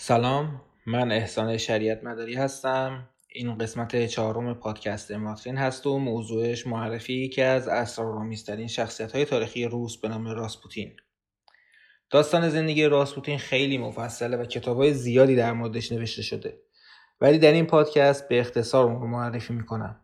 سلام، من احسان شریعت مداری هستم. این قسمت 4 پادکست ماترین هست و موضوعش معرفی یکی از اسرارآمیزترین شخصیت‌های تاریخی روس به نام راسپوتین. داستان زندگی راسپوتین خیلی مفصله و کتاب‌های زیادی در موردش نوشته شده، ولی در این پادکست به اختصار اون رو معرفی می‌کنم.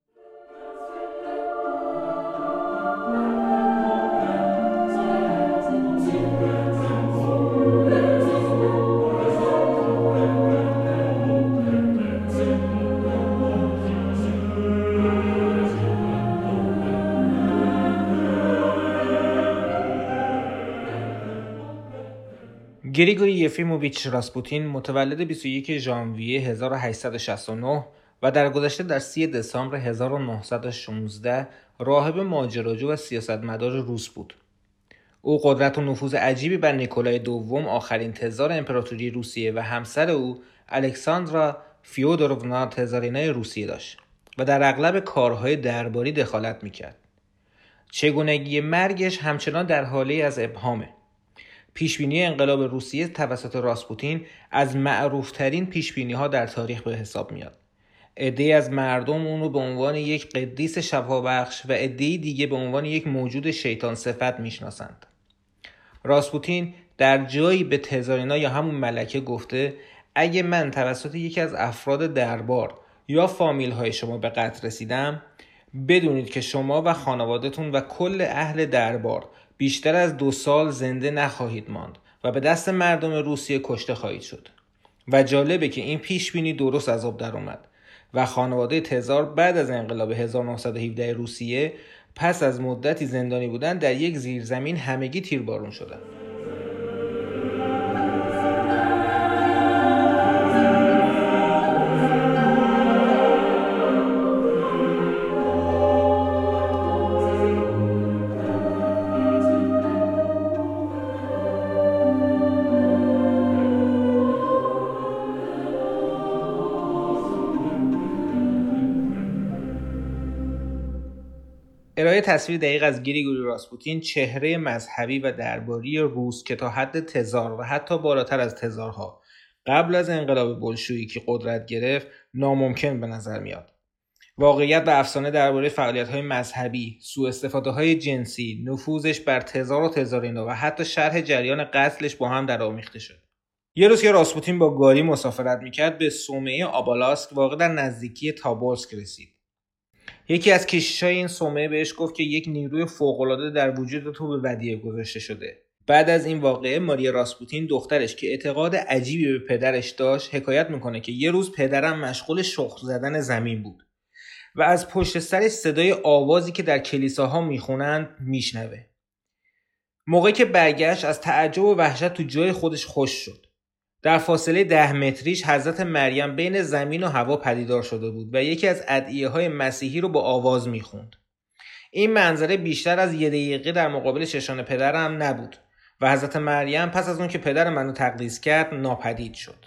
گریگوری یفیموویچ راسپوتین متولد 21 ژانویه 1869 و درگذشته در 3 دسامبر 1916 راهب ماجراجو و سیاستمدار روس بود. او قدرت و نفوذ عجیبی بر نیکولای دوم آخرین تزار امپراتوری روسیه و همسر او الکساندرا فیودورونا تزارینای روسیه داشت و در اغلب کارهای درباری دخالت میکرد. چگونگی مرگش همچنان در حاله از ابهامه. پیشبینی انقلاب روسیه توسط راسپوتین از معروفترین پیشبینی‌ها در تاریخ به حساب میاد. عده‌ای از مردم اون رو به عنوان یک قدیس شفابخش و عده‌ای دیگه به عنوان یک موجود شیطان صفت میشناسند. راسپوتین در جایی به تزارینا یا همون ملکه گفته اگه من توسط یکی از افراد دربار یا فامیل‌های شما به قتل رسیدم، بدونید که شما و خانواده‌تون و کل اهل دربار بیشتر از 2 سال زنده نخواهید ماند و به دست مردم روسیه کشته خواهید شد. و جالبه که این پیش بینی درست از آب در اومد و خانواده تزار بعد از انقلاب 1917 روسیه پس از مدتی زندانی بودن در یک زیرزمین همگی تیربارون شدند. ارائه تصویر دقیق از گریگوری راسپوتین، چهره مذهبی و درباری روس که تا حد تزار و حتی بالاتر از تزارها قبل از انقلاب بولشویکی قدرت گرفت، ناممکن به نظر میاد. واقعیت و افسانه درباره فعالیت‌های مذهبی، سوءاستفاده‌های جنسی، نفوذش بر تزار و تزارینا و حتی شرح جریان قتلش با هم درآمیخته شد. یه روز که راسپوتین با گاری مسافرت میکرد به صومعه آبالاسک واقع در نزدیکی تابولسک رسید. یکی از کشیشای این صومعه بهش گفت که یک نیروی فوق‌العاده در وجود تو به ودیعه گذاشته شده. بعد از این واقعه ماریا راسپوتین دخترش که اعتقاد عجیبی به پدرش داشت حکایت میکنه که یه روز پدرم مشغول شخم زدن زمین بود و از پشت سرش صدای آوازی که در کلیساها میخونند میشنوه. موقعی که برگشت از تعجب و وحشت تو جای خودش خوش شد. در فاصله 10 متریش حضرت مریم بین زمین و هوا پدیدار شده بود و یکی از ادعیه‌های مسیحی رو با آواز میخوند. این منظره بیشتر از 1 دقیقه در مقابل چشان پدرم نبود و حضرت مریم پس از اون که پدر منو تقدیس کرد ناپدید شد.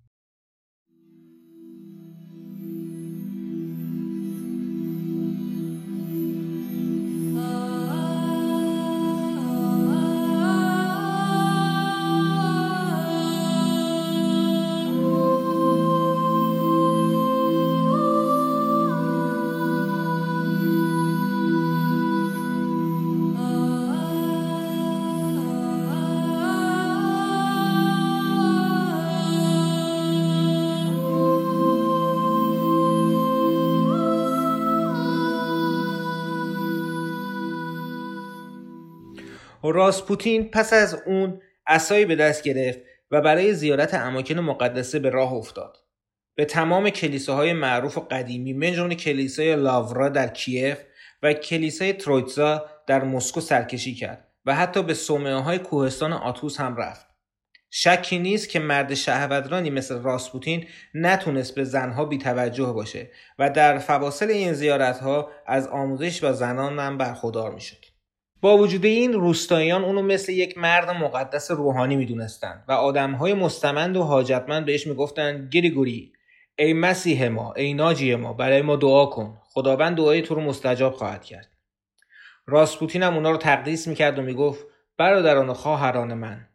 راسپوتین پس از اون عصایی به دست گرفت و برای زیارت اماکن مقدسه به راه افتاد. به تمام کلیساهای معروف و قدیمی من جمله کلیسای لاورا در کیف و کلیسای ترویتزا در مسکو سرکشی کرد و حتی به صومعه‌های کوهستان آتوس هم رفت. شکی نیست که مرد شهوترانی مثل راسپوتین نتونست به زنها بی‌توجه باشه و در فواصل این زیارت‌ها از آموزش با زنان هم برخوردار میشد. با وجود این روستاییان اونو مثل یک مرد مقدس روحانی میدونستن و آدمهای مستمند و حاجتمند بهش میگفتن گریگوری، ای مسیح ما، ای ناجی ما، برای ما دعا کن، خداوند دعای تو رو مستجاب خواهد کرد. راسپوتین هم اونا رو تقدیس میکرد و میگفت برادران و خواهران من،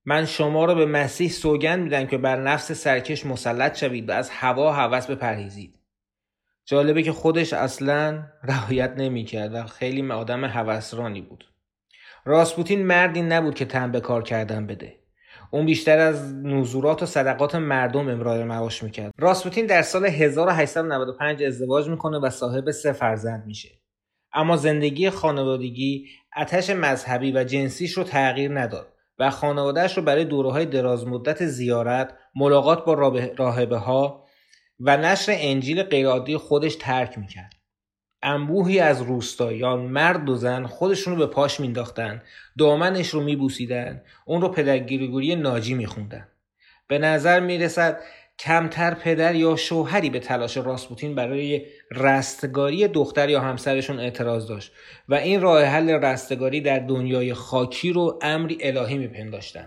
من شما را به مسیح سوگند میدم که بر نفس سرکش مسلط شوید و از هوا هوس بپرهیزید. جالبه که خودش اصلا رعایت نمی‌کرد و خیلی آدم هوسرانی بود. راسپوتین مردی نبود که تن به کار کردن بده. اون بیشتر از نزورات و صدقات مردم امرار معاش میکرد. راسپوتین در سال 1895 ازدواج میکنه و صاحب 3 فرزند میشه. اما زندگی خانوادگی آتش مذهبی و جنسیش رو تغییر نداد و خانوادهش رو برای دوره‌های دراز مدت زیارت، ملاقات با راهبه‌ها و نشر انجیل غیرعادی خودش ترک میکرد. انبوهی از روستاییان مرد و زن خودشون رو به پاش مینداختن، دامنش رو میبوسیدن، اون رو پدر گریگوری ناجی میخوندن. به نظر میرسد کمتر پدر یا شوهری به تلاش راسپوتین برای رستگاری دختر یا همسرشون اعتراض داشت و این راه حل رستگاری در دنیای خاکی رو امری الهی میپنداشتن.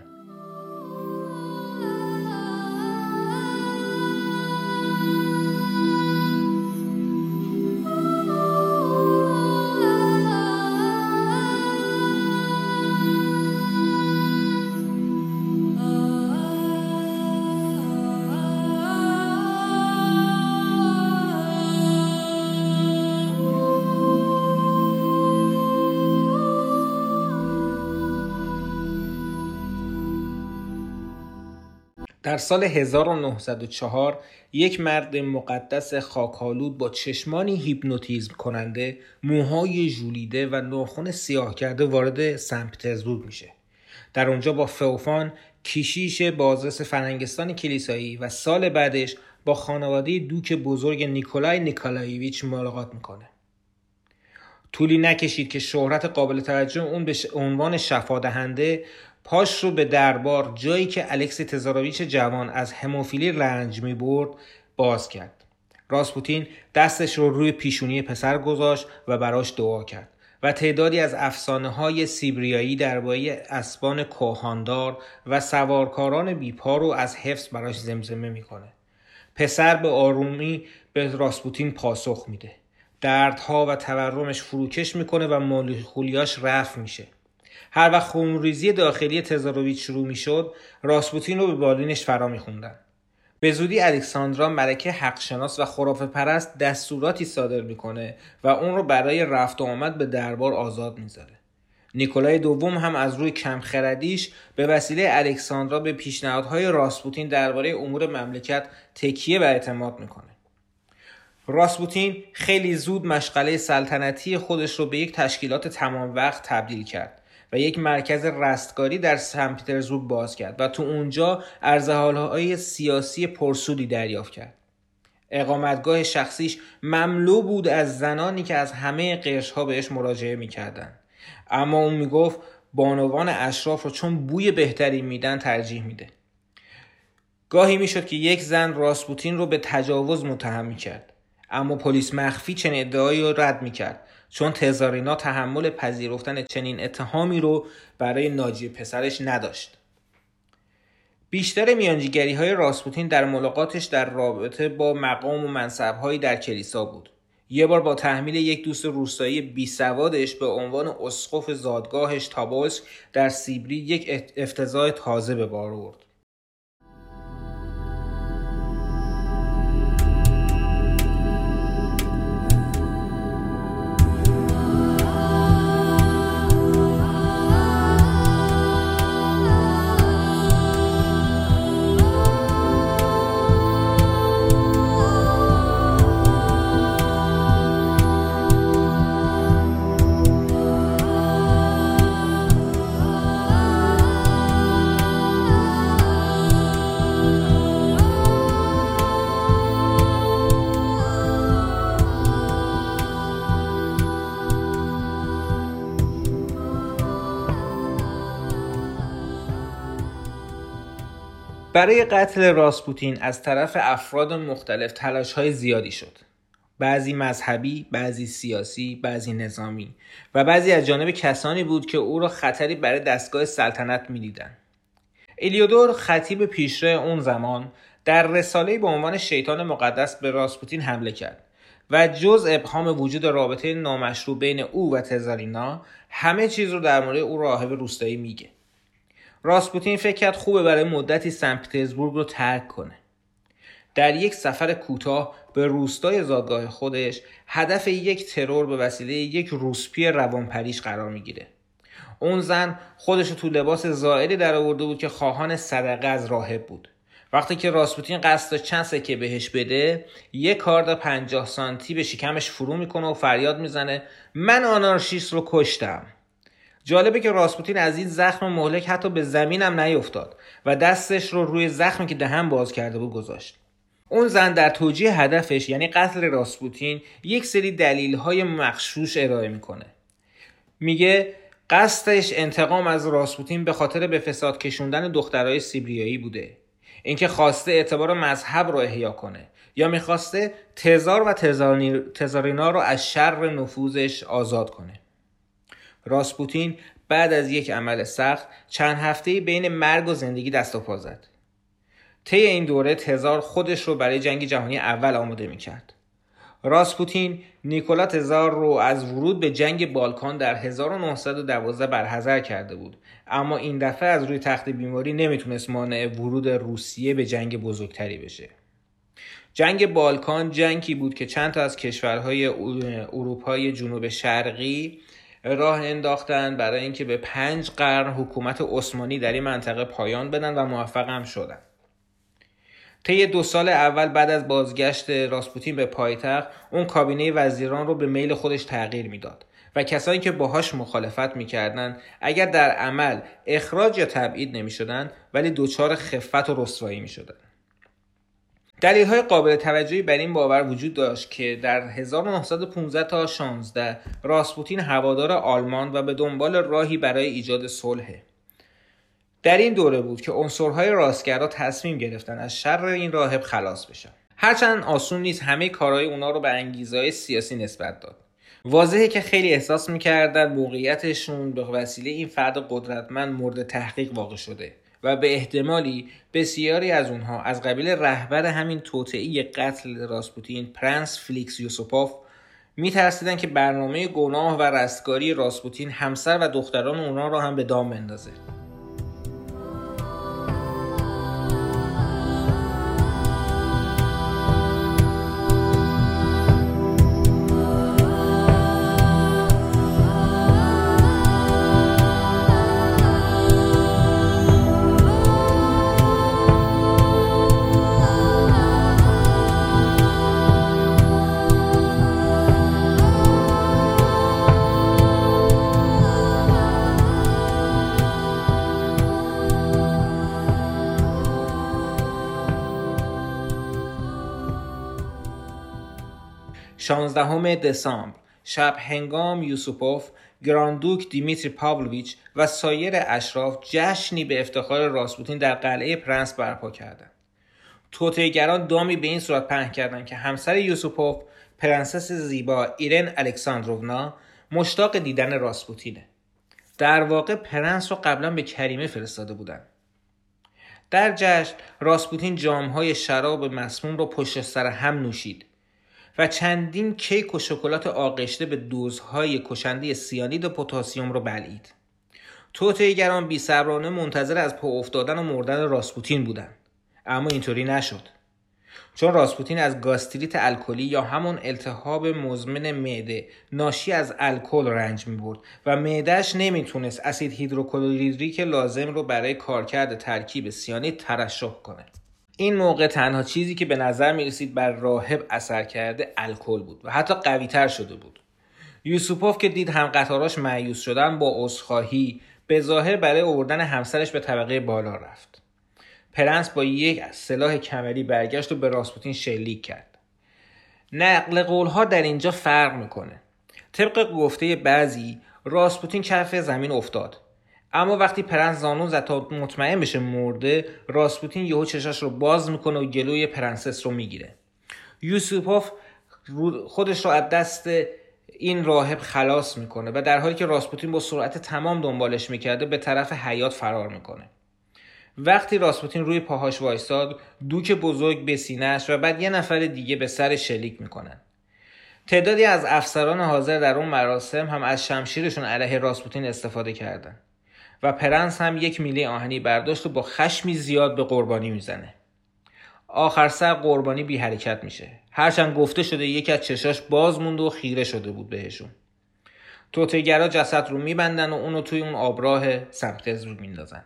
در سال 1904 یک مرد مقدس خاک‌آلود با چشمانی هیپنوتیزم کننده، موهای ژولیده و ناخن سیاه کرده وارد سن پترزبورگ میشه. در اونجا با فئوفان، کشیش بازرس فرنگستان کلیسایی و سال بعدش با خانواده دوک بزرگ نیکولای نیکولایویچ ملاقات میکنه. طولی نکشید که شهرت قابل توجه اون به عنوان شفادهنده پاش رو به دربار، جایی که الکسی تزارویچ جوان از هموفیلی رنج می برد، باز کرد. راسپوتین دستش رو روی پیشونی پسر گذاشت و براش دعا کرد و تعدادی از افسانه‌های سیبریایی درباره اسبان کوهاندار و سوارکاران بیپا رو از حفظ براش زمزمه میکنه. پسر به آرومی به راسپوتین پاسخ میده. دردها و تورمش فروکش میکنه و مولکولیاش رفع میشه. هر وقت خونریزی داخلی تزارویچ شروع میشد، راسپوتین رو به بالینش فرا میخوندن. به زودی الکساندرا، ملکه حقشناس و خرافه پرست، دستوراتی صادر میکنه و اون رو برای رفت و آمد به دربار آزاد میذاره. نیکولای دوم هم از روی کمخردیش به وسیله الکساندرا به پیشنهادهای راسپوتین درباره امور مملکت تکیه و اعتماد میکنه. راسپوتین خیلی زود مشغله سلطنتی خودش رو به یک تشکیلات تمام وقت تبدیل کرد و یک مرکز رستگاری در سن پترزبورگ باز کرد و تو اونجا عرضه‌های سیاسی پرسودی دریافت کرد. اقامتگاه شخصیش مملو بود از زنانی که از همه قشرها بهش مراجعه میکردن، اما اون میگفت بانوان اشراف رو چون بوی بهتری میدن ترجیح میده. گاهی میشد که یک زن راسپوتین رو به تجاوز متهم میکرد، اما پلیس مخفی چنین ادعایی رو رد میکرد، چون تزارینا تحمل پذیرفتن چنین اتهامی رو برای ناجی پسرش نداشت. بیشتر میانجیگری‌های راسپوتین در ملاقاتش در رابطه با مقام و منصب‌هایی در کلیسا بود. یه بار با تحمیل یک دوست روستایی بیسوادش به عنوان اسقف زادگاهش تابوسک در سیبری یک افتضاح تازه به بار آورد. برای قتل راسپوتین از طرف افراد مختلف تلاش‌های زیادی شد. بعضی مذهبی، بعضی سیاسی، بعضی نظامی و بعضی از جانب کسانی بود که او را خطری برای دستگاه سلطنت می‌دیدند. الیودور، خطیب پیشرو اون زمان، در رساله‌ای به عنوان شیطان مقدس به راسپوتین حمله کرد و جز ابهام وجود رابطه نامشروع بین او و تزارینا، همه چیز رو در مورد او راهب روستایی میگه. راسپوتین فکر کرد خوبه برای مدتی سن پترزبورگ رو ترک کنه. در یک سفر کوتاه به روستای زادگاه خودش هدف یک ترور به وسیله یک روسپی روانپریش قرار میگیره. اون زن خودش تو لباس زائری در آورده بود که خواهان صدقه از راهب بود. وقتی که راسپوتین قصد داشت چند سکه بهش بده، یک کارد 50 سانتی به شکمش فرو میکنه و فریاد میزنه من آنارشیست رو کشتم. جالبه که راسپوتین از این زخم مهلک حتی به زمینم نیفتاد و دستش رو روی زخمی که دهن باز کرده بود گذاشت. اون زن در توجیه هدفش یعنی قتل راسپوتین یک سری دلیل‌های مغشوش ارائه میکنه. میگه قصدش انتقام از راسپوتین به خاطر به فساد کشوندن دخترای سیبریایی بوده. اینکه خواسته اعتبار مذهب رو احیا کنه یا میخواسته تزار و تزارینا رو از شر نفوذش آزاد کنه. راسپوتین بعد از یک عمل سخت چند هفته‌ای بین مرگ و زندگی دست و پا زد. طی این دوره تزار خودش رو برای جنگ جهانی اول آماده میکرد. راسپوتین نیکولا تزار رو از ورود به جنگ بالکان در 1912 برحذر کرده بود، اما این دفعه از روی تخت بیماری نمیتونست مانع ورود روسیه به جنگ بزرگتری بشه. جنگ بالکان جنگی بود که چند تا از کشورهای اروپای جنوب شرقی راه انداختن برای اینکه به 5 قرن حکومت عثمانی در این منطقه پایان بدن و موفق هم شدن. طی 2 سال اول بعد از بازگشت راسپوتین به پایتخت، اون کابینه وزیران رو به میل خودش تغییر میداد و کسانی که باهاش مخالفت میکردن اگر در عمل اخراج یا تبعید نمیشدن ولی دچار خفت و رسوایی میشدن. دلیل‌های قابل توجهی بر این باور وجود داشت که در 1915 تا 16 راسپوتین هوادار آلمان و به دنبال راهی برای ایجاد صلح. در این دوره بود که عنصرهای راستگرا تصمیم گرفتن از شر این راهب خلاص بشن. هرچند آسون نیست همه کارهای اونا رو به انگیزه‌های سیاسی نسبت داد. واضحه که خیلی احساس می‌کردن موقعیتشون به وسیله این فرد قدرتمند مورد تحقیق واقع شده و به احتمالی بسیاری از اونها از قبیل رهبر همین توطئه قتل راسپوتین پرنس فلیکس یوسوپوف می‌ترسیدن که برنامه گناه و رستگاری راسپوتین همسر و دختران اونا رو هم به دام بندازه. شانزدهم دسامبر شب هنگام یوسوپوف، گراندوک دیمیتری پاولویچ و سایر اشراف جشنی به افتخار راسپوتین در قلعه پرنس برپا کردند. توطئه‌گران دامی به این صورت پهن کردند که همسر یوسوپوف، پرنسس زیبا ایرن الکساندروونا، مشتاق دیدن راسپوتینه. در واقع پرنس رو قبلا به کریمه فرستاده بودند. در جشن راسپوتین جام‌های شراب مسموم رو پشت سر هم نوشید و چندین کیک و شکلات آغشته به دوزهای کشنده سیانید و پتاسیم رو بلعید. توطئه‌گران بی‌صبرانه منتظر از پا افتادن و مردن راسپوتین بودند، اما اینطوری نشد. چون راسپوتین از گاستریت الکلی یا همون التهاب مزمن معده ناشی از الکل رنج می‌برد و معده‌اش نمیتونست اسید هیدروکلوریدریک لازم رو برای کارکرد ترکیب سیانید ترشح کنه. این موقع تنها چیزی که به نظر می‌رسید بر راهب اثر کرده الکل بود و حتی قوی‌تر شده بود. یوسوپوف که دید هم قطاراش مایوس شدن با عذرخواهی به ظاهر برای آوردن همسرش به طبقه بالا رفت. پرنس با یک سلاح کمری برگشت و به راسپوتین شلیک کرد. نقل قول‌ها در اینجا فرق میکنه. طبق گفته بعضی راسپوتین کف زمین افتاد، اما وقتی پرنس زانو زد تا مطمئن بشه مرده، راسپوتین یهو چشاش رو باز میکنه و جلوی پرنسس رو میگیره. یوسوپوف خودش رو از دست این راهب خلاص میکنه و در حالی که راسپوتین با سرعت تمام دنبالش میکرده به طرف حیاط فرار میکنه. وقتی راسپوتین روی پاهاش وایساد، دوک بزرگ به سینه‌اش و بعد یه نفر دیگه به سر شلیک میکنن. تعدادی از افسران حاضر در اون مراسم هم از شمشیرشون علیه راسپوتین استفاده کردن. و پرنس هم یک میله آهنی برداشت و با خشمی زیاد به قربانی میزنه. آخر سر قربانی بی حرکت میشه. هرچند گفته شده یکی از چشاش باز مونده و خیره شده بود بهشون. توطئه‌گرا جسد رو میبندن و اونو توی اون آبراه سن پترزبورگ میندازن.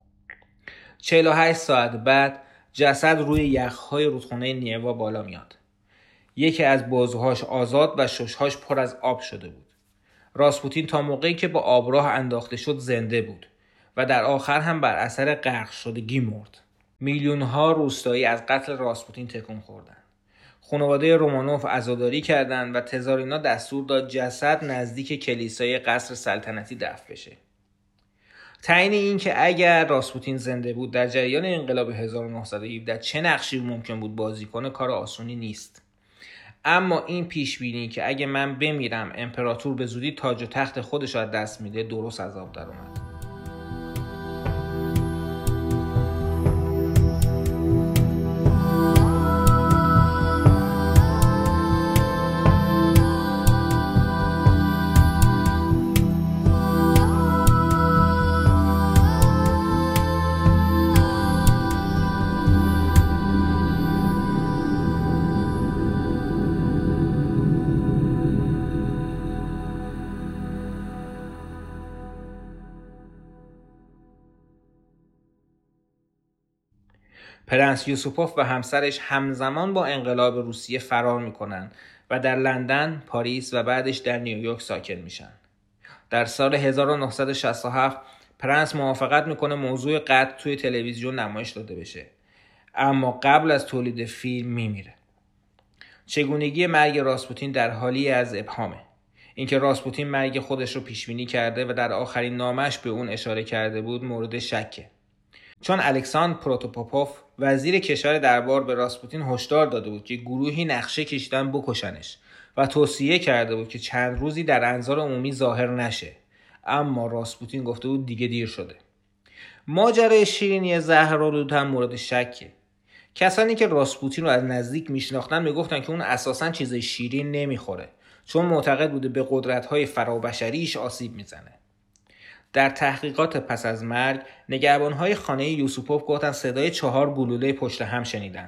48 ساعت بعد جسد روی یخهای رودخانه نیوا بالا میاد. یکی از بازوهاش آزاد و ششهاش پر از آب شده بود. راسپوتین تا موقعی که با آبراه انداخته شد زنده بود و در آخر هم بر اثر غرق شدگی مرد. میلیون‌ها روستایی از قتل راسپوتین تکون خوردن. خانواده رومانوف عزاداری کردند و تزارینا دستور داد جسد نزدیک کلیسای قصر سلطنتی دفن بشه. تعیین این که اگر راسپوتین زنده بود در جریان انقلاب 1917 چه نقشی ممکن بود بازی کنه کار آسونی نیست. اما این پیش بینی که اگه من بمیرم امپراتور به زودی تاج و تخت خودش از دست میده درست از آب در اومد. پرنس یوسوپوف و همسرش همزمان با انقلاب روسیه فرار میکنن و در لندن، پاریس و بعدش در نیویورک ساکن میشن. در سال 1967 پرنس موافقت میکنه موضوع قتل توی تلویزیون نمایش داده بشه، اما قبل از تولید فیلم میمیره. چگونگی مرگ راسپوتین در حالی از ابهامه. اینکه راسپوتین مرگ خودش رو پیش بینی کرده و در آخرین نامش به اون اشاره کرده بود مورد شکه. چون الکساندر پروتوپوپوف وزیر کشور دربار به راسپوتین هشدار داده بود که گروهی نقشه کشیدن بکشنش و توصیه کرده بود که چند روزی در انظار عمومی ظاهر نشه، اما راسپوتین گفته بود دیگه دیر شده. ماجرای شیرینی زهرآلود هم مورد شکه. کسانی که راسپوتین رو از نزدیک میشناختن میگفتن که اون اساساً چیز شیرین نمیخوره، چون معتقد بوده به قدرت‌های فرابشریش آسیب میزنه. در تحقیقات پس از مرگ نگهبان‌های خانه یوسوپوف گفتن صدای 4 گلوله پشت هم شنیدن.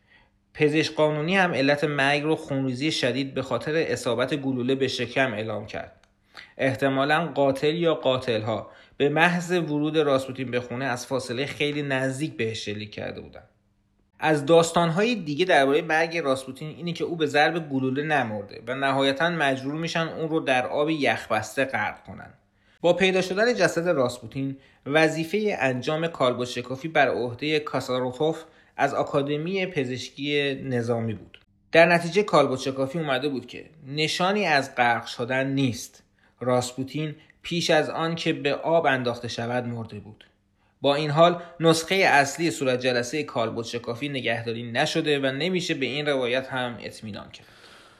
پزشک قانونی هم علت مرگ رو خونریزی شدید به خاطر اصابت گلوله به شکم اعلام کرد. احتمالاً قاتل یا قاتل‌ها به محض ورود راسپوتین به خونه از فاصله خیلی نزدیک بهش شلیک کرده بودن. از داستان‌های دیگه درباره مرگ راسپوتین اینه که او به ضرب گلوله نمرده و نهایتاً مجبور میشن اون رو در آب یخبسته غرق کنن. با پیدا شدن جسد راسپوتین وظیفه انجام کالبدشکافی بر عهده کاساروتوف از آکادمی پزشکی نظامی بود. در نتیجه کالبدشکافی اومده بود که نشانی از غرق شدن نیست. راسپوتین پیش از آن که به آب انداخته شود مرده بود. با این حال نسخه اصلی صورت جلسه کالبدشکافی نگهداری نشده و نمیشه به این روایت هم اطمینان کرد.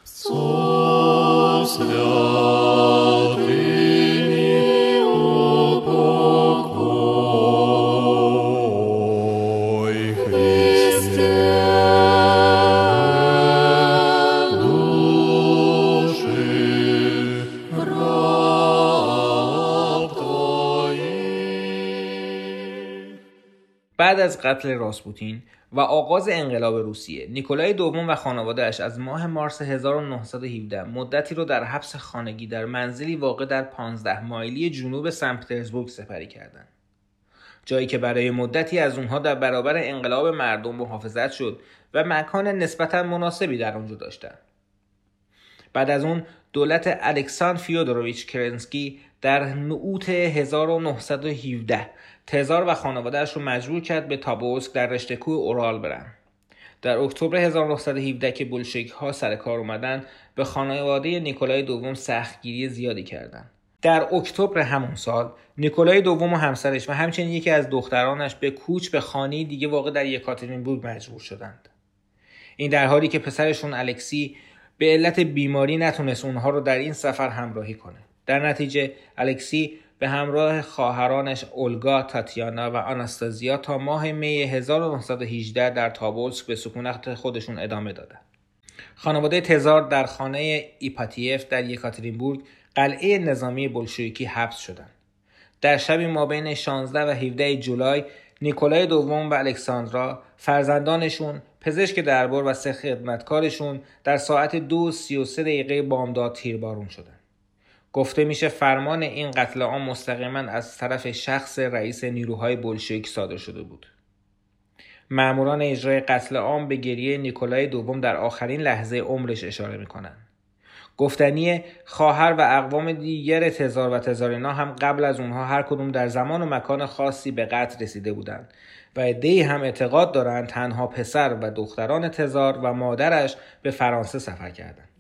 بعد از قتل راسپوتین و آغاز انقلاب روسیه، نیکولای دوم و خانواده‌اش از ماه مارس 1917 مدتی رو در حبس خانگی در منزلی واقع در 15 مایلی جنوب سن پترزبورگ سپری کردند. جایی که برای مدتی از اونها در برابر انقلاب مردم محافظت شد و مکان نسبتاً مناسبی در اونجا داشتند. بعد از اون دولت الکساندر فیودوروویچ کرنسکی در نوئوت 1917 تزار و خانواده‌اش رو مجبور کرد به تابولسک در رشته کوه اورال برن. در اکتبر 1917 که بولشویک‌ها سر کار اومدن به خانواده نیکولای دوم سختگیری زیادی کردند. در اکتبر همون سال نیکولای دوم و همسرش و همچنین یکی از دخترانش به کوچ به خانه‌ای دیگه واقع در یکاترینبورگ مجبور شدند. این در حالی که پسرشون الکسی به علت بیماری نتونست اونها رو در این سفر همراهی کنه. در نتیجه الکسی به همراه خواهرانش اولگا، تاتیانا و آناستازیا تا ماه می 1918 در تابولسک به سکونت خودشون ادامه دادند. خانواده تزار در خانه ایپاتیف در یکاترینبورگ قلعه نظامی بولشویکی حبس شدند. در شبی مابین 16 و 17 جولای نیکولای دوم و الکساندرا فرزندانشون، پزشک دربار و 3 خدمتکارشون در ساعت 2:33 بامداد تیربارون شدند. گفته میشه فرمان این قتل عام مستقیما از طرف شخص رئیس نیروهای بولشویک صادر شده بود. ماموران اجرای قتل عام به گریه نیکولای دوم در آخرین لحظه عمرش اشاره میکنن. گفتنیه خواهر و اقوام دیگر تزار و تزارینا هم قبل از اونها هر کدوم در زمان و مکان خاصی به قتل رسیده بودند و عده‌ای هم اعتقاد دارند تنها پسر و دختران تزار و مادرش به فرانسه سفر کردند.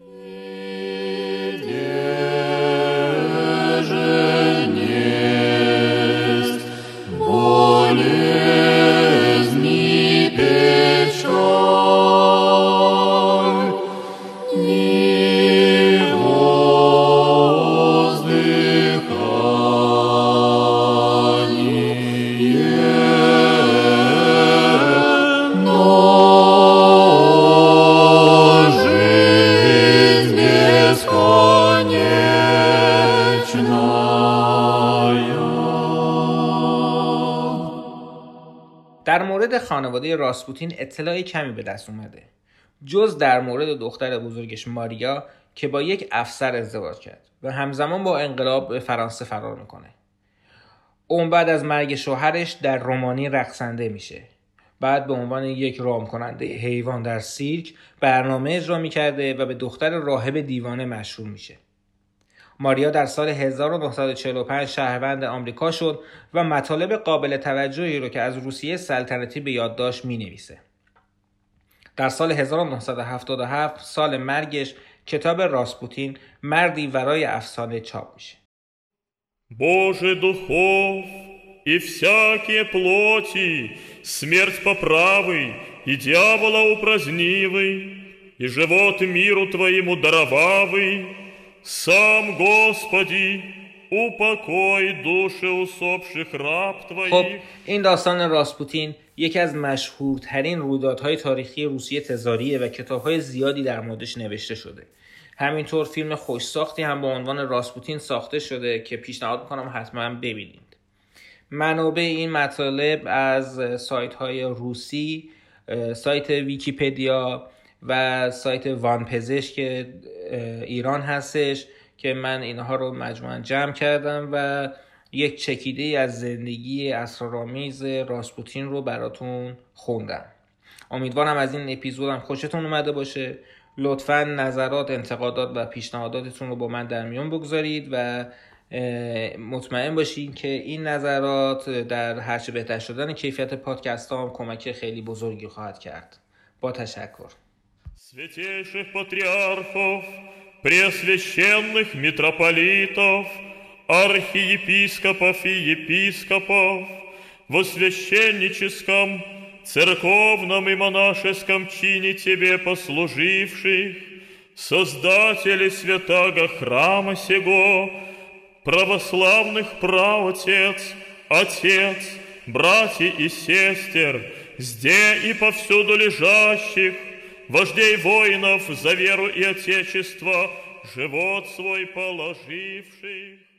در مورد خانواده راسپوتین اطلاعی کمی به دست اومده، جز در مورد دختر بزرگش ماریا که با یک افسر ازدواج کرد و همزمان با انقلاب به فرانسه فرار میکنه. اون بعد از مرگ شوهرش در رومانی رقصنده میشه. بعد به عنوان یک رام کننده حیوان در سیرک برنامه اجرا میکرده و به دختر راهب دیوانه مشهور میشه. ماریا در سال 1945 شهروند آمریکا شد و مطالب قابل توجهی رو که از روسیه سلطنتی به یاد داشت می‌نویسه. در سال 1977 سال مرگش کتاب راسپوتین مردی ورای افسانه چاپ میشه. Боже духов и всякие плоти, смерть поправый и дьявола упразднивый, и живот миру Твоему даровавый, сам Господи, упокой души усопших раб Твоих. خب این داستان راسپوتین یکی از مشهورترین رویدادهای تاریخی روسیه تزاریه و کتاب‌های زیادی در موردش نوشته شده. همینطور فیلم خوشساختی هم با عنوان راسپوتین ساخته شده که پیشنهاد می‌کنم حتما ببینید. منابع این مطالب از سایت‌های روسی، سایت ویکی‌پدیا و سایت وان پزشک ایران هستش که من اینها رو مجموعاً جمع کردم و یک چکیده از زندگی اسرارآمیز راسپوتین رو براتون خوندم. امیدوارم از این اپیزودم خوشتون اومده باشه. لطفاً نظرات، انتقادات و پیشنهاداتتون رو با من در میون بگذارید و مطمئن باشین که این نظرات در هرچه بهتر شدن کیفیت پادکست هم کمک خیلی بزرگی خواهد کرد. با تشکر. Святейших патриархов, преосвященных митрополитов, архиепископов и епископов, во священническом, церковном и монашеском чине Тебе послуживших, создатели святаго храма сего, православных праотец, отец, братья и сестер, зде и повсюду лежащих, вождей воинов за веру и отечество, живот свой положивших.